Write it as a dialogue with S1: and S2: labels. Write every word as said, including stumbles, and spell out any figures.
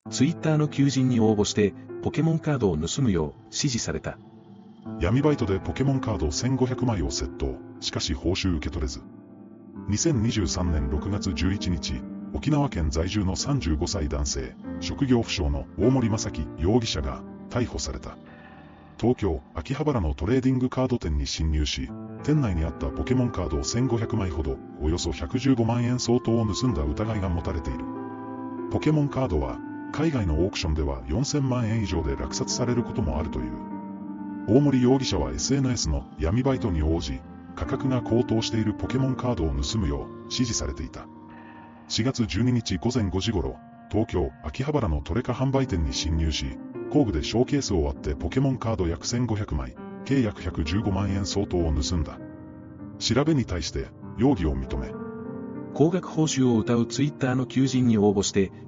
S1: ツイッターの求人に応募してポケモンカードを盗むよう指示された。
S2: 闇バイトでポケモンカードせんごひゃくまいを窃盗、しかし報酬受け取れず。にせんにじゅうさんねんろくがつじゅういちにち、沖縄県在住のさんじゅうごさい男性、職業不詳の大森正樹容疑者が逮捕された。東京・秋葉原のトレーディングカード店に侵入し、店内にあったポケモンカードせんごひゃくまいほど、およそひゃくじゅうごまんえん相当を盗んだ疑いが持たれている。ポケモンカードは、海外のオークションではよんせんまんえん以上で落札されることもあるという。大森容疑者は エスエヌエス の闇バイトに応じ、価格が高騰しているポケモンカードを盗むよう指示されていた。しがつじゅうににちごぜんごじ頃、東京・秋葉原のトレカ販売店に侵入し、工具でショーケースを割ってポケモンカード約せんごひゃくまい、計約ひゃくじゅうごまんえん相当を盗んだ。調べに対して容疑を認め、
S1: 高額報酬を謳うツイッターの求人に応募して